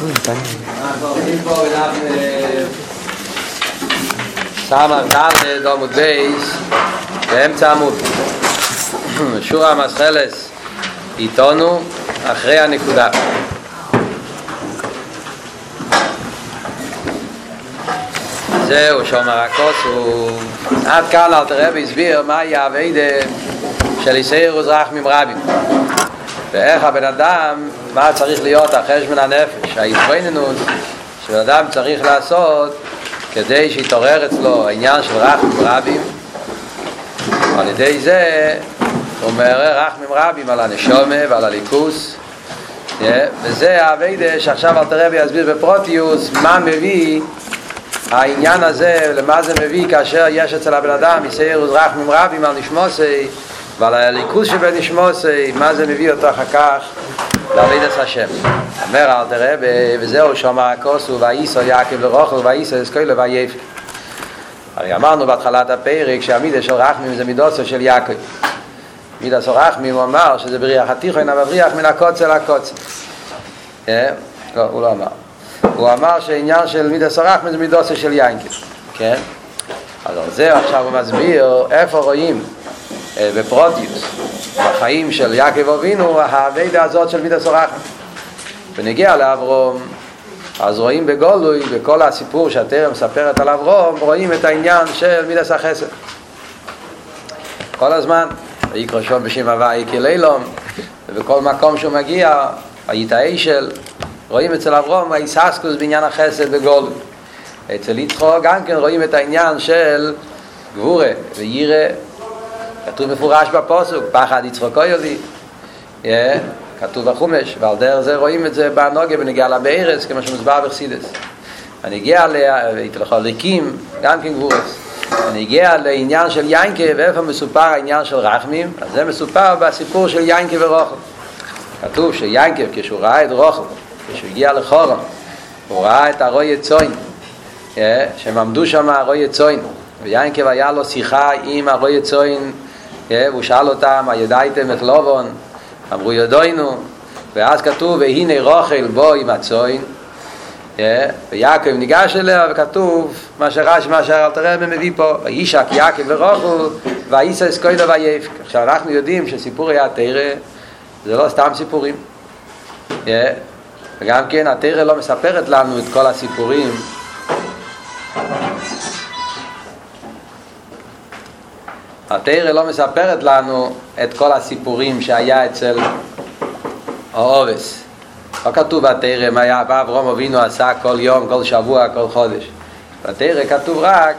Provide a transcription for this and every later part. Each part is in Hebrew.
אנחנו עומדים פה בדף ס"ד עמוד בייס באמצע עמוד שורה המסחלס איתנו אחרי הנקודה. זהו שאומר הכוס הוא עד כאן אלתר רבי הסביר מהי העבודה של איסאירוס רחמים רבים ואיך הבן אדם, מה צריך להיות החשבון הנפש, ההתבוננות שבן אדם צריך לעשות כדי שיתעורר אצלו העניין של רחמים רבים. על ידי זה הוא מעורר רחמים רבים על הנשמה ועל הליכוס, וזה העבודה שעכשיו אלתר רבי יסביר בפרוטיוס מה מביא העניין הזה, למה זה מביא כאשר יש אצל הבן אדם איסאירוס רחמים רבים על נשמוסי ועל הליכוס שבין נשמוסי, מה זה מביא אותו אחר כך לעבודת השם. אומר אלתר רבי, וזהו שאומר הכוס וייסע יעקב לרחל וייסע אסכולה וייפק. הרי אמרנו בהתחלת הפרק שהמידה של רחמים זה מידוסו של יעקב. מידה של רחמים הוא אמר שזה בריח התיכון המבריח מן הקוצר לקוצר. לא, הוא לא אמר. הוא אמר שהעניין של מידה של רחמים זה מידוסו של יעקב. כן? אז זהו עכשיו הוא מסביר איפה רואים בפרוטיוס בחיים של יעקב אבינו העבודה הזאת של מידס הרחמים. ונגיע לאברום אז רואים בגולוי בכל הסיפור שהתורה מספרת על אברום, רואים את העניין של מידס החסד כל הזמן. ויקרא שום בשם הוואי כלילום, ובכל מקום שהוא מגיע היתאי של רואים אצל אברום היססקוס בעניין החסד בגולוי. אצל יצחק גם כן רואים את העניין של גבורה וירא, כתוב מפורש בפסוק פחד יצחקו יולי, כתוב בחומש, ועל דרך זה רואים את זה בנוגע בנגיע לבארץ כמו שמוסבר בחסידות. הנגיע להתלחליקים גם כן גבורס. הנגיע לעניין של יעקב ואיפה מסופר העניין של רחמים, אז זה מסופר בסיפור של יעקב ורחל. כתוב שיעקב כשהוא ראה את רחל, כשהוא הגיע לחורן, הוא ראה את הרועי צאן, שהם עמדו שם הרועי צאן, ויעקב היה לו שיחה עם הרועי צאן, והוא שאל אותם, הידעתם את לבון? אמרו ידענו. ואז כתוב והנה רחל בו עם הצאן, ויעקב ניגש אליה, וכתוב מה שאלתר רבי מביא פה, וישק יעקב לרחל וייסע אסכולה וייפק. עכשיו אנחנו יודעים שסיפורי התורה זה לא סתם סיפורים, וגם כן התורה לא מספרת לנו את כל הסיפורים. התורה לא מספרת לנו את כל הסיפורים שהיה אצל העובס. לא כתוב בתורה מה היה אברהם אבינו עשה כל יום, כל שבוע, כל חודש. בתורה כתוב רק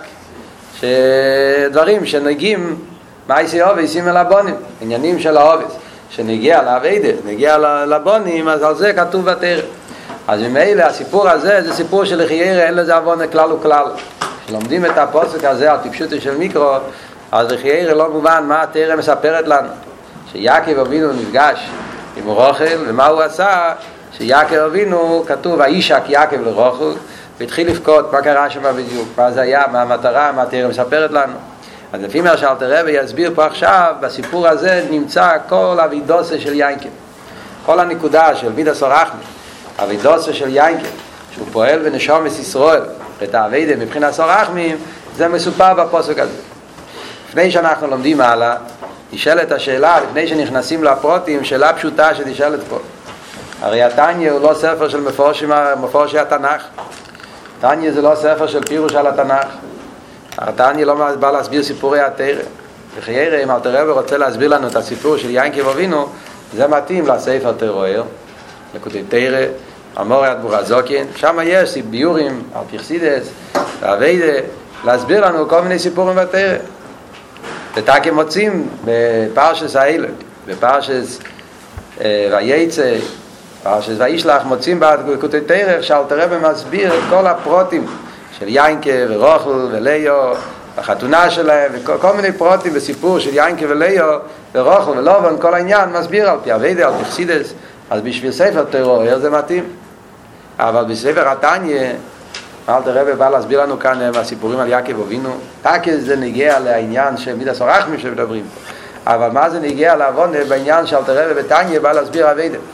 שדברים שנגיעים מעשי עובסים אל הבונים, עניינים של העובס שנגיע לעבודה, נגיע לבונים, אז על זה כתוב בתורה. אז ממילא הסיפור הזה זה סיפור של חיירה, אין לזה עוון כלל וכלל. כשלומדים את הפסוק הזה על טיפשותו של מיקרו, אז לחיירה לא מובן מה התורה מספרת לנו. שיעקב אבינו נפגש עם רחל, ומה הוא עשה? שיעקב אבינו כתוב וישק יעקב לרחל, והתחיל לבכות. מה קרה שם בדיוק? מה זה היה? מה המטרה? מה התורה מספרת לנו? אז לפי מה שאלתר רבי יסביר פה עכשיו, בסיפור הזה נמצא כל אבידוסה של יעקב. כל הנקודה של מידס הרחמים, אבידוסה של יעקב, שהוא פועל בנשמת ישראל, את העבודה מבחינת הרחמים, זה מסופר בפסוק הזה. לפני שאנחנו לומדים הלאה, נשאלת השאלה, לפני שנכנסים לפרוטים, שאלה פשוטה שתשאלת פה. הרי התניא הוא לא ספר של מפורשי התנ"ך. התניא זה לא ספר של פירוש על התנ"ך. התניא לא בא להסביר סיפורי התורה. וחיירה, אם אלתר רבי רוצה להסביר לנו את הסיפור של יעקב אבינו, זה מתאים לספר תורה, לקוטי תורה, אמורי אדמו"ר הזקן. שם יש ביורים על פרסידס, ועבודה, להסביר לנו כל מיני סיפורים בתורה. ותקם מוצאים בפרשס האלה, בפרשס וייצא, פרשס וישלח, מוצאים בקוטי תורה שאלתר רבי מסביר את כל הפרוטים של יעקב ורחל ולאה, החתונה שלהם, וכל מיני פרוטים בסיפור של יעקב ולאה ורחל ולבן, כל העניין מסביר על פי עבודה, על פי חסידות. אז בשביל ספר תורה זה מתאים. אבל בספר התניא אלתר רבי בא להסביר לנו כאן הסיפורים על יעקב אבינו. תקל זה נגיע לעניין של מידס הרחמים שמדברים פה, אבל מה זה נגיע לעוון בעניין שאלתר רבי בתניא בא להסביר עבודה?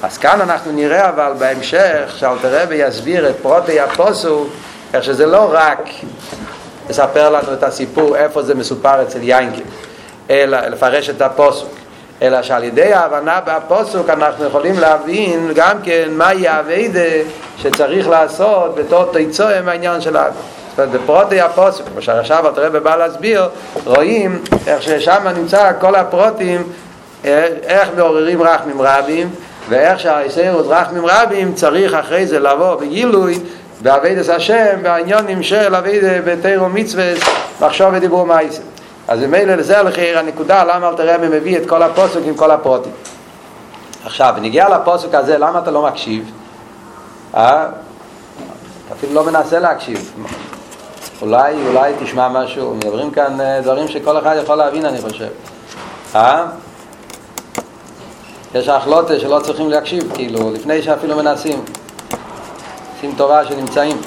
אז כאן אנחנו נראה אבל בהמשך שאלתר רבי יסביר את פרוטי הפסוק, איך שזה לא רק לספר לנו את הסיפור איפה זה מסופר אצל יינקב, אלא לפרש את הפסוק, אלא שעל ידי ההבנה בפסוק אנחנו יכולים להבין גם כן מהי העבודה שצריך לעשות בתור תיצואה מהעניין של האדם. זאת אומרת, בפרוטי הפסוק, כמו שעכשיו אלתר רבי בא להסביר, רואים איך ששם נמצא כל הפרוטים, איך מעוררים רחמים רבים, ואיך שהאיסורים רחמים רבים צריך אחרי זה לבוא בגילוי בעבודת השם, בעניינים של עבודה בתורה ומצוות, מחשוב ודיבור מעשה. אז ממילא לזה לכאורה הנקודה למה אלתר רבי מביא את כל הפסוק עם כל הפרוטים. עכשיו, נגיע לפסוק הזה, למה אתה לא מקשיב? אתה אפילו לא מנסה להקשיב. אולי תשמע משהו, מדברים כאן דברים שכל אחד יכול להבין, אני חושב. יש החלטה שלא צריכים להקשיב, כאילו, לפני שאפילו מנסים. עושים טובה שנמצאים.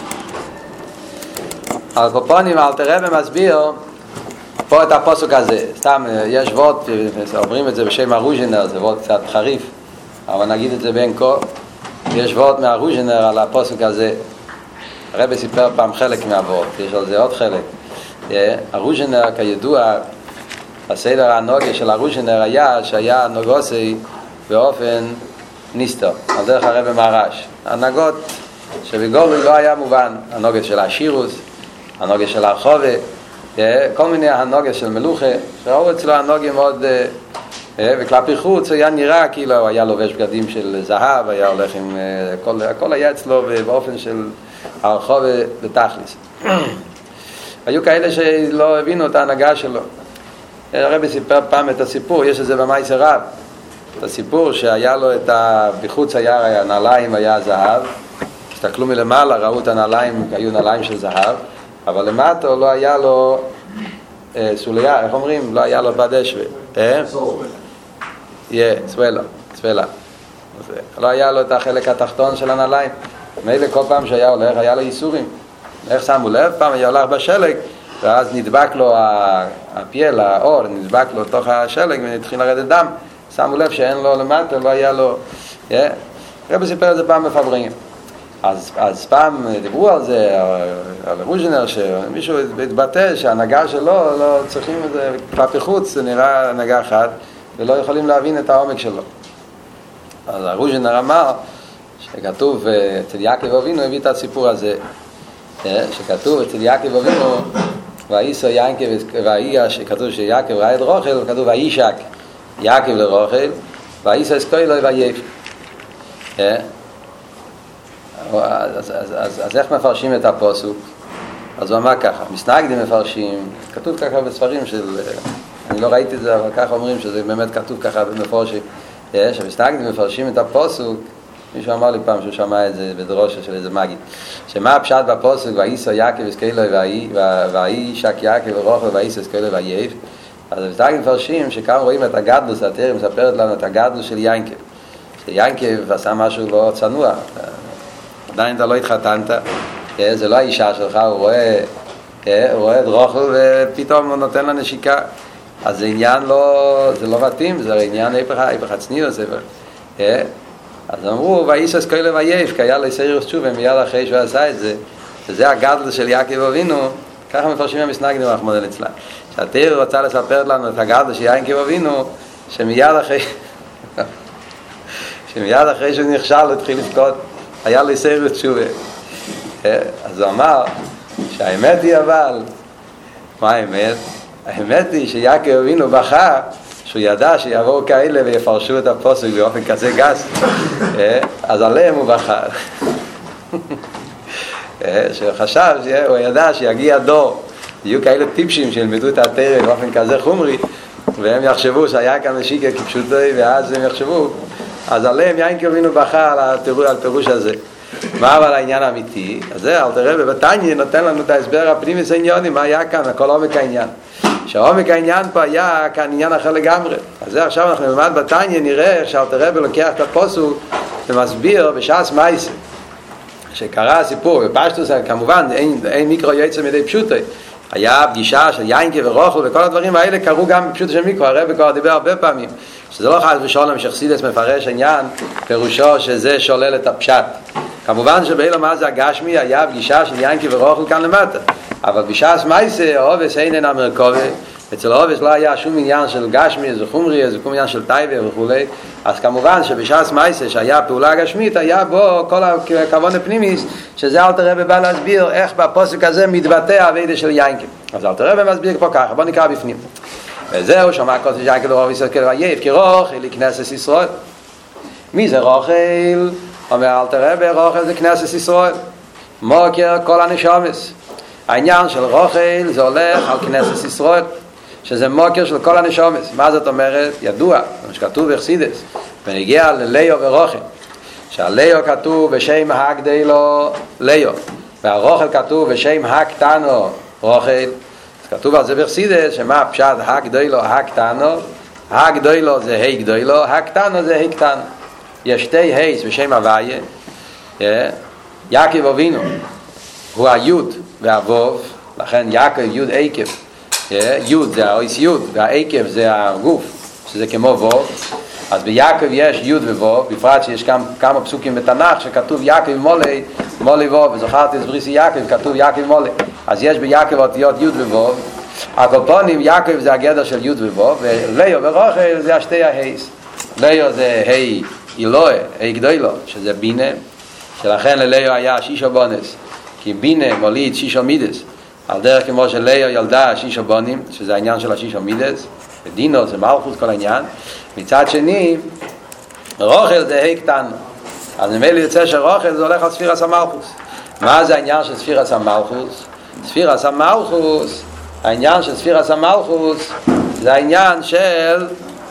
על קופונים, אלתר רבי מסביר פה את הפסוק הזה. סתם, יש וורט, אומרים את זה בשם הרוז'ינר, זה וורט קצת חריף, אבל נגיד את זה בין כה. יש וורט מהרוז'ינר על הפסוק הזה. הרבי סיפר פעם חלק מהוורט, יש על זה עוד חלק. הרוז'ינר, כידוע, הסדר הנוגה של הרוז'ינר היה שהיה נוגוסי באופן ניסטר, על דרך הרבי מרש. הנגות שבגורי לא היה מובן, הנוגה של השירוס, הנוגה של הרחובה, כל מיני הנוגה של מלוכה, שראו אצלו הנוגה מאוד, וכלפי חוץ היה נראה כאילו הוא היה לובש בגדים של זהב, היה הולך עם, הכל היה אצלו באופן של הרחובה בתכליס. היו כאלה שלא הבינו את ההנהגה שלו. הרבי סיפר פעם את הסיפור, יש את זה במייסר רב, את הסיפור שהיה לו את בחוץ היה הנעליים היה זהב, הסתכלו מלמעלה, ראו את הנעליים, היו נעליים של זהב, אבל למטה לא היה לו סוליה, איך אומרים? לא היה לו בדשווה. צוולה. לא היה לו את החלק התחתון של הנעליים. מילא כל פעם שהיה הולך, היה לו איסורים. איך שמו לב? פעם היה הולך בשלג, ואז נדבק לו הפיל, האור, נדבק לו תוך השלג ונתחיל לרדת דם. שמו לב שאין לו למטה, לא היה לו... רבי סיפר את זה פעם בפבראים. אז פעם דיברו על זה, על רוז'ינר, שמישהו התבטא שההנהגה שלו לא צריכים את זה, כלפי חוץ זה נראה הנהגה אחת, ולא יכולים להבין את העומק שלו. אז הרוז'ינר אמר שכתוב אצל יעקב אבינו, הביא את הסיפור הזה, שכתוב אצל יעקב אבינו, ואיסו יעקב, כתוב שיעקב ראה את רוכל, וכתוב ואישק יעקב לרוכל, ואיסו אסקוי לו וייף. אז איך מפרשים את הפסוק? אז הוא אמר ככה, מסנגדים מפרשים, כתוב ככה בספרים של, אני לא ראיתי את זה, אבל ככה אומרים שזה באמת כתוב ככה במפורשים, שמסנגדים מפרשים את הפסוק. מישהו אמר לי פעם שהוא שמע את זה בדרושה של איזה מגיד, שמה הפשט בפסוק ואיסו יעקב אסקילו ואישק יעקב ורוכל ואיסו אסקילו וייף. אז מסנגדים מפרשים שכאן רואים את הגדלוס, התורה מספרת לנו את הגדלוס של ינקב, שיינקב עשה משהו לא צנוע, עדיין אתה לא התחתנת, זה לא האישה שלך, הוא רואה את רוכל ופתאום הוא נותן לה נשיקה, אז זה עניין זה לא מתאים, זה עניין היפך הצניעות. אז אמרו ואיסו אסקילו וייף, כי היה לסיירוס תשובה מיד אחרי שהוא עשה את זה, וזה הגדל של יעקב אבינו. ככה מפרשים המסנגדים רחמנא ליצלן, שהתורה רוצה לספר לנו את הגדל של יעקב אבינו, שמיד אחרי שהוא נכשל התחיל לבכות, היה לסיירוס תשובה. אז הוא אמר שהאמת היא, אבל מה האמת? האמת היא שיעקב אבינו בכה שהוא ידע שיבואו כאלה ויפרשו את הפסוק באופן כזה גס, אז עליהם הוא בכה. שחשב, הוא ידע שיגיע דור, יהיו כאלה טיפשים שילמדו את התורה באופן כזה חומרי, והם יחשבו שהיה כאן משיקה כפשוטו, ואז הם יחשבו, אז עליהם יעקב אבינו בכה על הפירוש הזה. מה אבל העניין האמיתי? אז זה אלתר רבי בתניא נותן לנו את ההסבר הפנימי הענייני, מה היה כאן, הכל עומק העניין. שהעומק העניין פה היה כאן עניין אחר לגמרי. אז זה עכשיו אנחנו נלמד בתניא, נראה שאלתר רבי לוקח את הפסוק ומסביר בשעס מייסה שקרה הסיפור בפשטוס, כמובן אין מקרא יוצא מידי פשוטו, היה פגישה של יינקה ורוחל וכל הדברים האלה קרו גם בפשוט של מיקרו. הרב כבר דיבר הרבה פעמים שזה לא חס ושלום שחסידס מפרש עניין פירושו שזה שולל את הפשט. כמובן שבאילו מה זה הגשמי היה פגישה של יינקה ורוחל כאן למטה, אבל פגישה סמייסה אובס איננה מרכובה. אצל אובס לא היה שום עניין של גשמי, זה חומרי, זה כל עניין של טייבה וכו'. אז כמובן שבשעה סמייסה שהיה פעולה גשמית היה בו כל הכוון הפנימיס, שזה אלתר רבי בא להסביר איך בפוסק הזה מתבטא העבודה של יינקה. אז אלתר רבי מסביר פה ככה, בוא נקרא בפנים. וזהו שמע קודש יינקה ורוחל ויסתכל וייב כי רוחל היא כנסת ישראל. מי זה רוחל? אומר אלתר רבי, רוחל זה כנסת ישראל, מוקר כל הנשומס. העניין של רוחל זה הולך על כנסת ישראל, שזה מוקר של כל הנשומס. מה זאת אומרת? ידוע, כמו שכתוב בחסידס, ונגיע לליו ורוחל, שהליו כתוב בשם הגדילו ליו, והרוחל כתוב בשם הקטנו רוחל. אז כתוב על זה בחסידס, שמה הפשט הגדילו הקטנו? הגדילו זה ה' גדילו, הקטנו זה ה' קטנו. יש שתי ה'ס בשם הוויה. יעקב אבינו הוא היוד והוו, לכן יעקב יוד עקב. יוד זה האויס יוד והעקב זה הגוף, שזה כמו וו. אז ביעקב יש יוד ווו, בפרט שיש כמה פסוקים בתנ"ך שכתוב יעקב מולי, מולי וו, וזכרתי את בריסי יעקב, כתוב יעקב מולי. אז יש ביעקב אותיות יוד ווו. הקופונים יעקב זה הגדר של יוד ווו, וליו ורוחל זה השתי ההייס. ליו זה היי אילוה, היי גדולו, שזה בינה, שלכן לליו היה שישו בונס, כי בינה מוליד שישו מידס, על דרך כמו שליו ילדה שישו בונים, שזה העניין של השישו מידס, ודינו זה מלכות כל העניין. מצד שני רוחל זה היי קטן, אז נמלי יוצא שרוחל זה הולך על ספירס המלכוס. מה זה העניין של ספירס המלכוס? ספירס המלכוס, העניין של ספירס המלכוס זה העניין של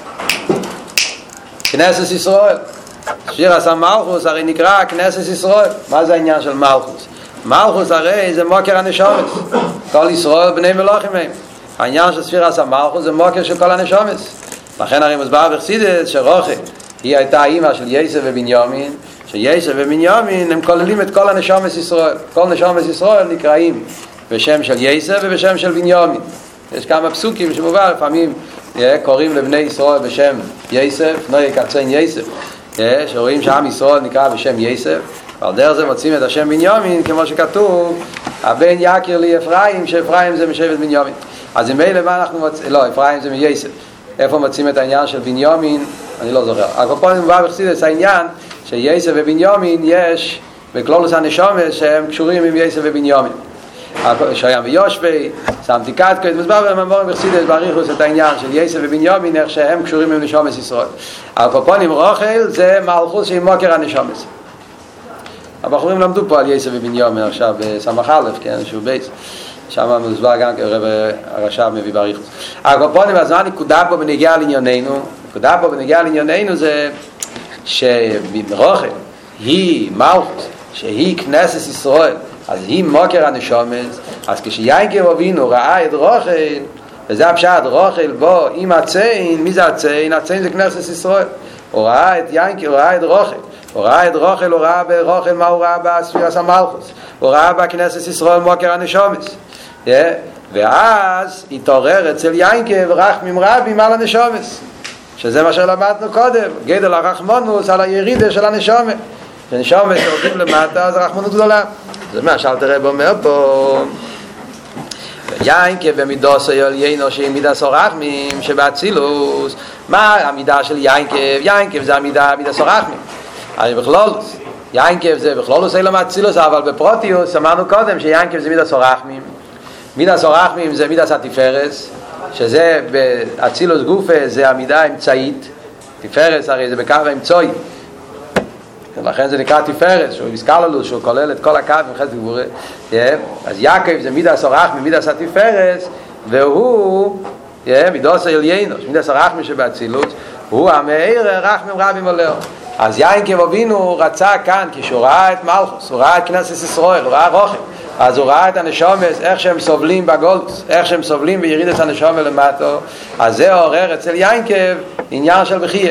כנסת ישראל. ספירס המלכוס הרי נקרא כנסת ישראל. מה זה העניין של מלכוס? מלכוס הרי זה מוקר הנשומס, כל ישראל בני מלוכים הם. העניין של ספירס המלכוס זה מוקר של כל הנשומס. לכן הרי מסבר בחסידס שרוחל היא הייתה אימא של יסף ובנימין, שיסף ובנימין הם כוללים את כל הנשומס ישראל. כל נשומס ישראל נקראים בשם של יסף ובשם של בנימין. יש כמה פסוקים שמובא לפעמים קוראים לבני ישראל בשם יסף, נוי קצין יסף, שרואים שעם ישראל נקרא בשם יסף, ועל דרך זה מוצאים את השם בנימין כמו שכתוב הבן יקר לי אפרים, שאפרים זה משבט בנימין. אז אם אלה מה אנחנו מוצאים, לא, אפרים זה מיסף. איפה מוצאים את העניין של בנימין? אני לא זוכר. הקופונים מבוא בחסידס העניין שיסף ובנימין יש בכלולוס הנשומס שהם קשורים עם יסף ובנימין. שוים ויושבי, שמתי קטקו, את מסבר במאמרים בחסידס באריכוס את העניין של יסף ובנימין, איך שהם קשורים עם נשומס ישראל. הקופונים רוחל זה מלכוס שהיא מוקר הנשומס. הבחורים למדו פה על יסף ובנימין עכשיו בסמך א', כן, שהוא בייס. שם מסבר גם כרב הרשב מביא באריכוס. הקופונים, אז מה נקודה פה בנגיעה לענייננו? נקודה פה בנגיעה לענייננו זה שרוחל היא מלכוס, שהיא כנסת ישראל, אז היא מוקר הנשומס. אז כשיינקב אבינו ראה את רוחל, וזה הפשט רוחל בו עם הצין, מי זה הצין? הצין זה כנסת ישראל. הוא ראה את יינקב, הוא ראה את רוחל, הוא ראה את רוחל, הוא ראה ברוחל מה הוא ראה בספירס המלכוס, הוא ראה בכנסת ישראל מוקר הנשומס. ואז התעורר אצל יינקב רחמים רבים על הנשומס, שזה מה שלמדנו קודם, גדל הרחמונוס על הירידה של הנשומס. כשנשומס הולכים למטה אז הרחמנות גדולה. זה מה שאלתר רבי אומר פה. יינקב במידוסו עליינו שהיא מידס הרחמים שבאצילוס. מה המידה של יינקב? יינקב זה מידס הרחמים. הרי בכלולוס יינקב זה בכלולוס אילום אצילוס, אבל בפרוטיוס אמרנו קודם שיינקב זה מידס הרחמים. מידס הרחמים זה מידס התפארס, שזה באצילוס גופה זה המידה האמצעית. תפארס הרי זה בקו האמצעי, לכן זה נקרא תפארס, שהוא איסקללוס, שהוא כולל את כל הקו עם חסד גבורה. אז יעקב זה מידס הרחמים, מידס התפארס, והוא מידוס עליינו, מידס הרחמים שבאצילוס, הוא המאיר רחמים רבים עליו. אז יעקב אבינו רצה כאן, כשהוא ראה את מלכוס, הוא ראה את כנסת ישראל, הוא ראה רוחל, אז הוא ראה את הנשומס, איך שהם סובלים בגולדוס, איך שהם סובלים בירידת הנשומס למטו. אז זה עורר אצל יעקב עניין של בחייה.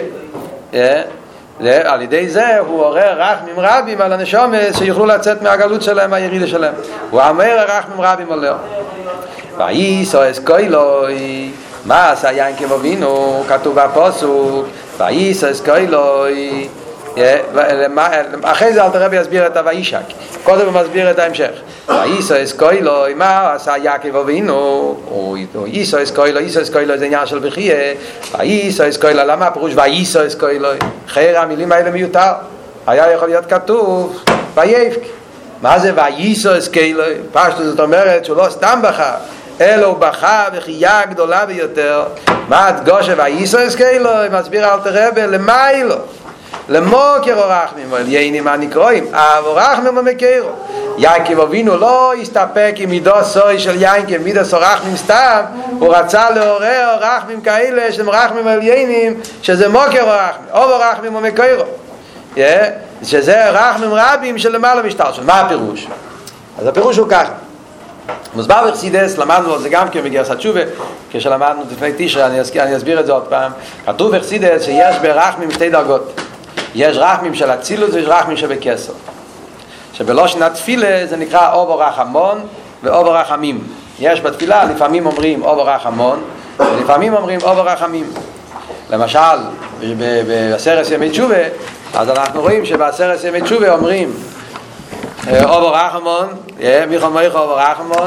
על ידי זה הוא עורר רחמים רבים על הנשומס שיוכלו לצאת מהגלות שלהם, מהירידה שלהם. הוא אומר רחמים רבים עליו. וייסו אסקוילוי, מה עשה יעקב אבינו? כתוב בפסוק וייסו אסקוילוי. אחרי זה אלתר רבי יסביר את הוישק, קודם הוא מסביר את ההמשך. וייסו אסקוילוי, מה עשה יעקב אבינו? או ייסו אסקוילוי, ייסו אסקוילוי זה עניין של בחייה. וייסו אסקוילוי, למה הפירוש וייסו אסקוילוי? חייר המילים האלה מיותר, היה יכול להיות כתוב ויבק. מה זה וייסו אסקוילוי? פשטות זאת אומרת שהוא לא סתם בכה, אלא הוא בכה בחייה גדולה ביותר. מה הדגושה וייסו אסקוילוי? מסביר אלתר רבי למיילו למוקר אורחמים עליינים הנקרואים אב אורחמים ומקרו. יעקב אבינו לא הסתפק עם מידו סוי של יעקב מידס אורחמים סתם, הוא רצה לעורר אורחמים כאלה שהם אורחמים עליינים, שזה מוקר אורחמים אוב אורחמים ומקרו, שזה אורחמים רבים של למעלה משתלשלות. מה הפירוש? אז הפירוש הוא ככה, מוסבר בחסידות, למדנו על זה גם כן בגרסת תשובה כשלמדנו לפני תשרה, אני אסביר את זה עוד פעם. כתוב בחסידות שיש ברחמים שתי דרגות, יש רחמים של אצילוס ויש רחמים שבקסר, שבלושן התפילה זה נקרא אוב ורחמון ואוב ורחמים. יש בתפילה לפעמים אומרים אוב ורחמון ולפעמים אומרים אוב ורחמים. למשל בעשרת ימי תשובה, אז אנחנו רואים שבעשרת ימי תשובה אומרים אוב ורחמון, מיכו מויכו אוב ורחמון,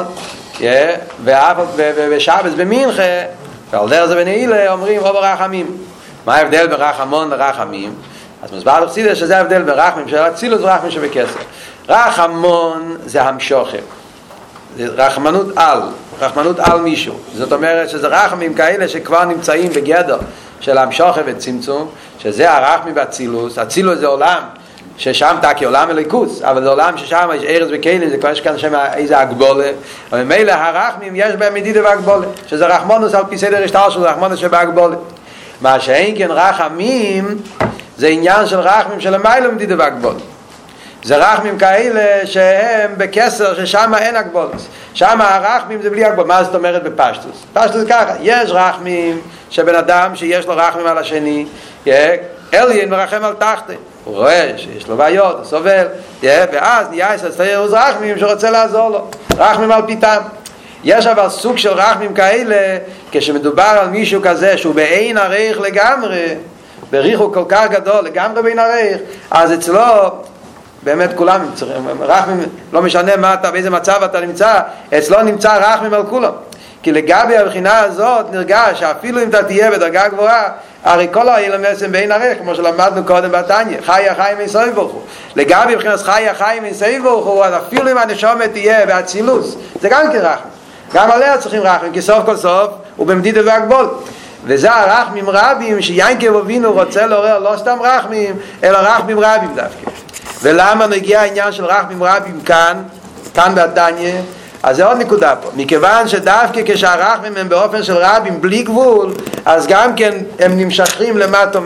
ובשבת במנחה ועל דרך זה בנעילה אומרים אוב ורחמים. מה ההבדל בין רחמון לרחמים? אז מסבר בחסידות שזה ההבדל בין רחמים של אצילוס ורחמים שבקסר. רחמון זה המשוכר, זה רחמנות על מישהו, זאת אומרת שזה רחמים כאלה שכבר נמצאים בגדר של המשוכר וצמצום, שזה הרחמים באצילוס. אצילוס זה עולם ששם תקי עולם אליקוס, אבל זה עולם ששם יש ארץ וכלים, זה כבר יש כאן שם איזה הגבולה, אבל ממילא הרחמים יש בהם מדידה והגבולה, שזה רחמונוס על פי סדר השטר של רחמונוס שבהגבולה. מה שאין כן רחמים זה עניין של רחמים של המילה מדידה והגבולה, זה רחמים כאלה שהם בקסר ששם אין הגבולה, שם הרחמים זה בלי הגבולה. מה זאת אומרת בפשטוס? פשטוס זה ככה, יש רחמים שבן אדם שיש לו רחמים על השני, אליין מרחם על תחתי, הוא רואה שיש לו בעיות, הוא סובל, ואז נהיה סתירוס רחמים שרוצה לעזור לו, רחמים על פיתם. יש אבל סוג של רחמים כאלה כשמדובר על מישהו כזה שהוא בעין הרייך לגמרי, בריך הוא כל כך גדול לגמרי בין הרייך, אז אצלו באמת כולם רחמים, לא משנה מה אתה, באיזה מצב אתה נמצא, אצלו נמצא רחמים על כולם. כי לגבי הבחינה הזאת נרגש שאפילו אם אתה תהיה בדרגה גבוהה, הרי כל האילמס הם בין הרייך, כמו שלמדנו קודם בתניא, חי החיים אין סביב ברוך הוא. לגבי בחינת חי החיים אין סביב ברוך הוא, אפילו אם הנשומת תהיה באצילוס, זה גם כן רחמים, גם עליה צריכים רחמים, כי סוף כל סוף הוא במדידה והגבול. וזה הרחמים רבים שיעקב אבינו רוצה לעורר, לא סתם רחמים אלא רחמים רבים דווקא. ולמה נגיע העניין של רחמים רבים כאן בתניא? אז זה עוד נקודה פה, מכיוון שדווקא כשהרחמים הם באופן של רבים בלי גבול, אז גם כן הם נמשכים למטו.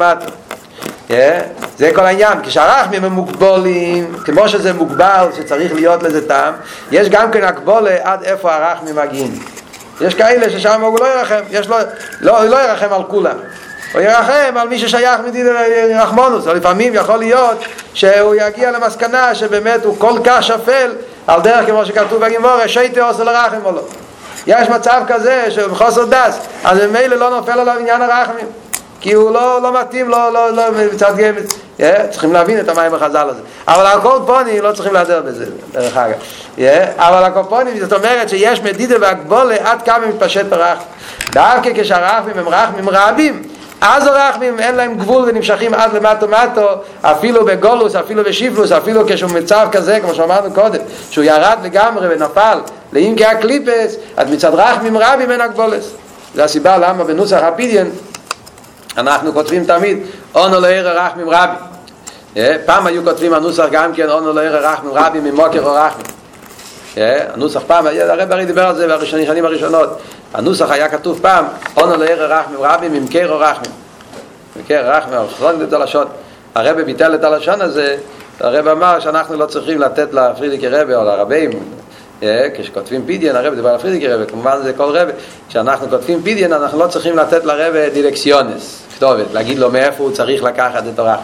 זה כל העניין, כשהרחמים הם מוגבולים, כמו שזה מוגבל שצריך להיות לזה טעם, יש גם כן הגבולה עד איפה הרחמים מגיעים. יש כאלה ששם הוא לא ירחם, לא ירחם על כולם, הוא ירחם על מי ששייך מדידה רחמונוס, או לפעמים יכול להיות שהוא יגיע למסקנה שבאמת הוא כל כך שפל, על דרך כמו שכתוב בגמרא, שייטה עושה לרחם או לא. יש מצב כזה שבחוסר דס, אז ממילא לא נופל עליו עניין הרחמים, כי הוא לא מתאים, לא מצד גמת. צריכים להבין את המים החז"ל הזה. אבל הקורפונים לא צריכים להדר בזה, דרך אגב. אבל הקורפונים, זאת אומרת שיש מדידה והגבולה עד כמה מתפשט הרחם. דווקא כשהרחמים הם רחמים רבים, אז הרחמים אין להם גבול ונמשכים עד למטו, אפילו בגולוס, אפילו בשיפלוס, אפילו כשהוא מצב כזה, כמו שאמרנו קודם, שהוא ירד לגמרי ונפל לעמקי הקליפס, אז מצד רחמים רבים אין הגבולס. זה הסיבה למה בנוסח הפדיון אנחנו כותבים תמיד אונו לא ירא רחמים רבים. פעם היו כותבים הנוסח גם כן אונו לא ירא רחמים רבים ממוקר או רחמים. הנוסח פעם, הרב הרי דיבר על זה בשנים הראשונות, הנוסח היה כתוב פעם אונו לא ירא רחמים רבים ממקר או רחמים. מקר רחמים, הרב ביטל את הלשון הזה. הרב אמר שאנחנו לא צריכים לתת לפרידיקי רבי או לרבים, כשכותבים פדיון, הרב דיבר לפרידיקי רבי, כמובן זה כל רבי, כשאנחנו כותבים פדיון אנחנו לא צריכים לתת לרבי דירקציונס, כתובת, להגיד לו מאיפה הוא צריך לקחת את הרחמים.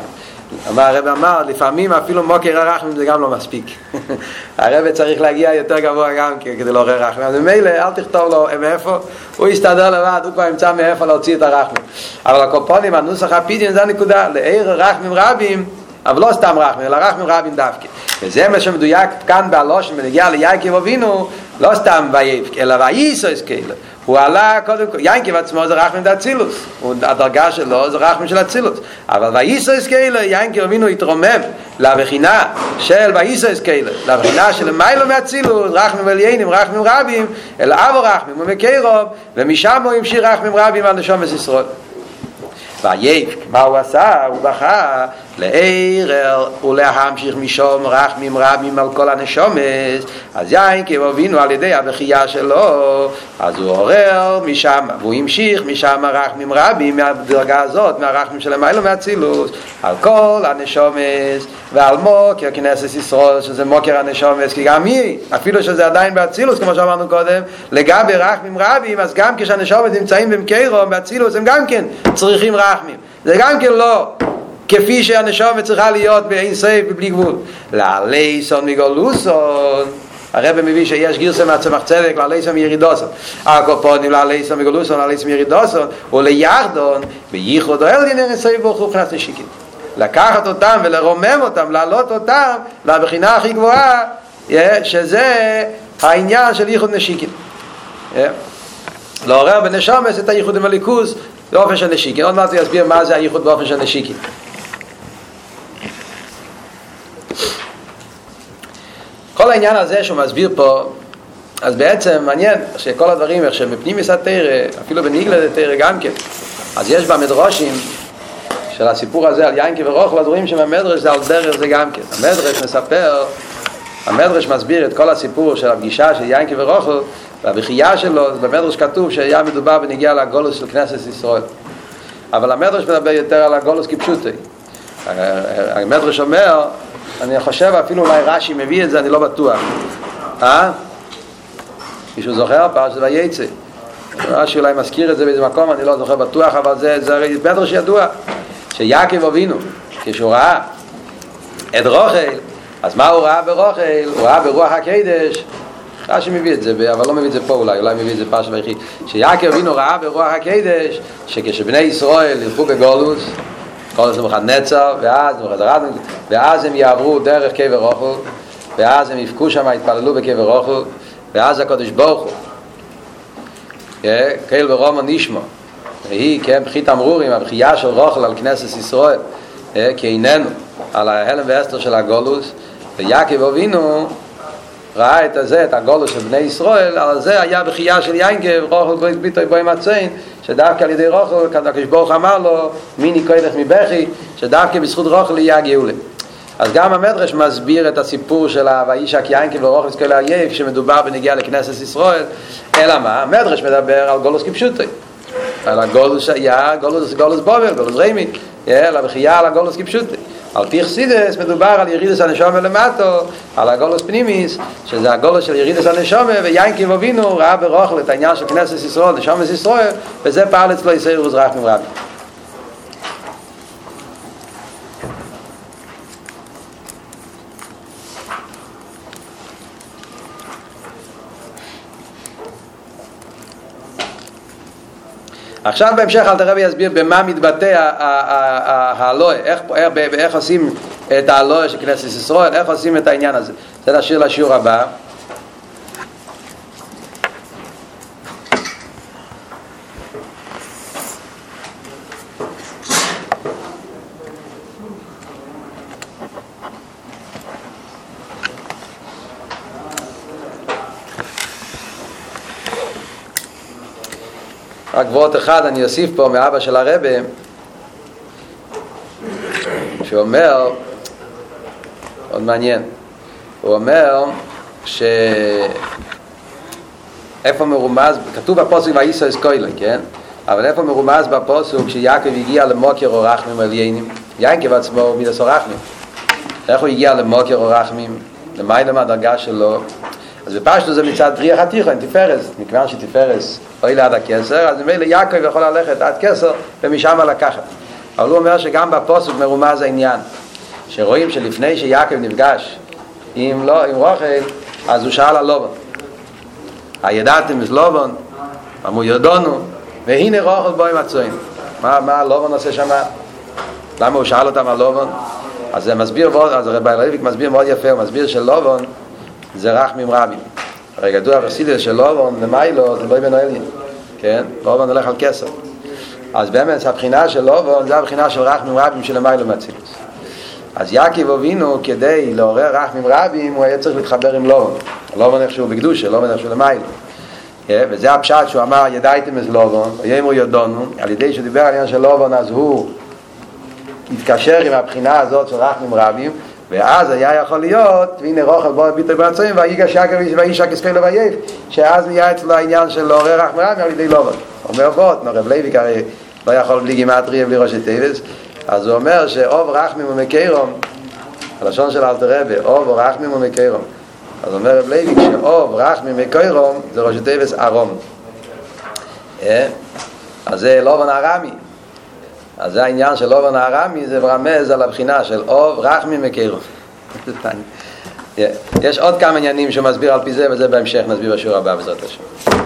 הרב אמר, לפעמים אפילו מוקר הרחמים זה גם לא מספיק. הרב צריך להגיע יותר גבוה גם כדי לעורר רחמים. אז ממילא, אל תכתוב לו מאיפה, הוא יסתדר לבד, הוא כבר ימצא מאיפה להוציא את הרחמים. אבל הקופונים, הנוסח הפידיון זה הנקודה, לעיר רחמים רבים, אבל לא סתם רחמים, אלא רחמים רבים דווקא. וזה מה שמדויק כאן בהלושן, ונגיע ליעקב אבינו, לא סתם ויבק, אלא וייסוס כאלה. הוא עלה קודם כל, יעקב עצמו זה רחמים דאצילוס, הדרגה שלו זה רחמים של אצילוס, אבל וייסוס כאלה, יעקב אבינו התרומם לבחינה של וייסוס כאלה, לבחינה של מיילו מאצילוס, רחמים עליינים, רחמים רבים, אל אבו רחמים ומקרוב, ומשם הוא המשיך רחמים רבים על נשומת ישראל. ויבק, מה הוא עשה? הוא בכה לערער ולהמשיך משום רחמים רבים על כל הנשומות. אז יעקב אבינו על ידי הבכייה שלו, אז הוא עורר משם, והוא המשיך משם רחמים רבים מהדרגה הזאת, מהרחמים של המיילו מאצילוס, על כל הנשומות ועל מוקר כנסת ישראל, שזה מוקר הנשומות, כי גם היא, אפילו שזה עדיין באצילוס כמו שאמרנו קודם, לגבי רחמים רבים, אז גם כשהנשומות נמצאים במקרוב באצילוס, הם גם כן צריכים רחמים. זה גם כן לא כפי שהנשמה צריכה להיות באין סוף ובלי גבול. לעלייסון מגולוסון, הרב מביא שיש גרסה מהצמח צדק לעלייסון מירידוסון, הקופונים לעלייסון מגולוסון, לעלייסון מירידוסון, וליחדון בייחוד אל אין סוף ברוך הוא מבחינת נשיקים, לקחת אותם ולרומם אותם, להעלות אותם לבחינה הכי גבוהה, שזה העניין של ייחוד נשיקים, לעורר בנשומס את הייחוד עם הליכוז באופן של נשיקים. עוד מעט הוא יסביר מה זה הייחוד באופן של נשיקים. כל העניין הזה שהוא מסביר פה, אז בעצם מעניין שכל הדברים איך שמפנימיוס התורה, אפילו בניגלה התורה גם כן, אז יש במדרושים של הסיפור הזה על יעקב ורחל, הדברים שבמדרש זה על דרך זה גם כן. המדרש מספר, המדרש מסביר את כל הסיפור של הפגישה של יעקב ורחל והבכייה שלו. במדרש כתוב שהיה מדובר בנגיעה לגולוס של כנסת ישראל, אבל המדרש מדבר יותר על הגולוס כפשוטי. המדרש אומר, אני חושב אפילו אולי רש"י מביא את זה, אני לא בטוח. מישהו זוכר? פרשת ויצא. רש"י אולי מזכיר את זה באיזה מקום, אני לא זוכר בטוח, אבל זה מדרש ידוע, שיעקב אבינו, כשהוא ראה את רחל, אז מה הוא ראה ברחל? הוא ראה ברוח הקודש. רש"י מביא את זה, אבל לא מביא את זה פה, אולי מביא את זה פרשת ויחי, שיעקב אבינו ראה ברוח הקודש שכשבני ישראל ילכו בגולוס, גולוס נבוכדנצר, ואז הם יעברו דרך קבר רחל, ואז הם יבכו שם, יתפללו בקבר רחל, ואז הקדוש ברוך הוא קהל ורומו נשמע, והיא בחית אמרורים, הבכייה של רחל על כנסת ישראל, כי איננו על ההלם והסתר של הגולוס, ויעקב אבינו ראה את זה, את הגולוס של בני ישראל, על זה היה בכייה של יעקב, רחל ביטוי בו עם הציין, שדווקא על ידי רחל, הקדוש ברוך אמר לו, מיני כהלך מבכי, שדווקא בזכות רחל יהיה הגאולה. אז גם המדרש מסביר את הסיפור של וישק יעקב ורחל את כל האויב, שמדובר בנגיעה לכנסת ישראל, אלא מה? המדרש מדבר על גולוס כפשוטי, על הגולוס היה גולוס בובל, גולוס רמי, על הבכייה על הגולוס כפשוטי. על פי חסידס מדובר על ירידס הנשמה למטו, על הגולוס פנימיס, שזה הגולוס של ירידס הנשמה, ויעקב אבינו ראה ברחל את העניין של כנסת ישראל, נשמת ישראל, וזה פעל אצלו יסיירוס רחמים רבים. עכשיו בהמשך אלתר רבי יסביר במה מתבטא האלוה, איך עושים את האלוה של כנסת ישראל, איך עושים את העניין הזה. זה נשאיר לשיעור הבא. רק ועוד אחד אני אוסיף פה מאבא של הרבי, שאומר, עוד מעניין, הוא אומר איפה מרומז, כתוב בפסוק וייסע אסקוילן, כן? אבל איפה מרומז בפסוק כשיעקב הגיע למוקר או רחמים עליינים? יעקב עצמו הוא מידס או רחמים. איך הוא הגיע למוקר או רחמים? למעלה מהדרגה שלו? אז בפשטו זה מצד בריח התיכון, תפארס, מכיוון שתפארס אוי ליד הכסר, אז ממילא יעקב יכול ללכת עד כסר ומשם לקחת. אבל הוא אומר שגם בפוסק מרומז העניין, שרואים שלפני שיעקב נפגש עם רחל, אז הוא שאל על לובן, הידעתם את לובן? אמרו יודענו, והנה רחל בו עם הצועים. מה לובן עושה שם? למה הוא שאל אותם על לובן? אז זה מסביר מאוד, אז רבי לייביק מסביר מאוד יפה, הוא מסביר שלובן זה רחמים רבים. הרי גדוע בחסידות של לובן למיילו זה לא יבנו אלין, כן? לובן הולך על כסף. אז באמת הבחינה של לובן זה הבחינה של רחמים רבים של למיילו מאצילוס. אז יעקב אבינו כדי לעורר רחמים רבים הוא היה צריך להתחבר עם לובן. לובן איכשהו בקדושה, לובן איכשהו למיילו. וזה הפשט שהוא אמר ידעתם את לובן, ויאמרו יודענו, על ידי שהוא דיבר על העניין של לובן אז הוא התקשר עם הבחינה הזאת של רחמים רבים, ואז היה יכול להיות, והנה רחל בו ביטוי בעצועים, ויגש יעקב ואיש הכספי וייף, שאז נהיה אצלו העניין של לעורר רחמים רבים על ידי לובן. אומר בוא, רב לייביק הרי לא יכול בלי גימטריה ובלי ראשי תיבס, אז הוא אומר שאוב רחמים ומקרום, הלשון של אלתר רבי, אוב רחמים ומקרום. אז אומר רב לייביק שאוב רחמים ומקרום זה ראשי תיבס ארום. אז זה לובן ארמי. אז זה העניין של לובן הארמי, זה מרמז על הבחינה של אוב רחמים מקרום. יש עוד כמה עניינים שהוא מסביר על פי זה, וזה בהמשך נסביר בשיעור הבא בעזרת השם.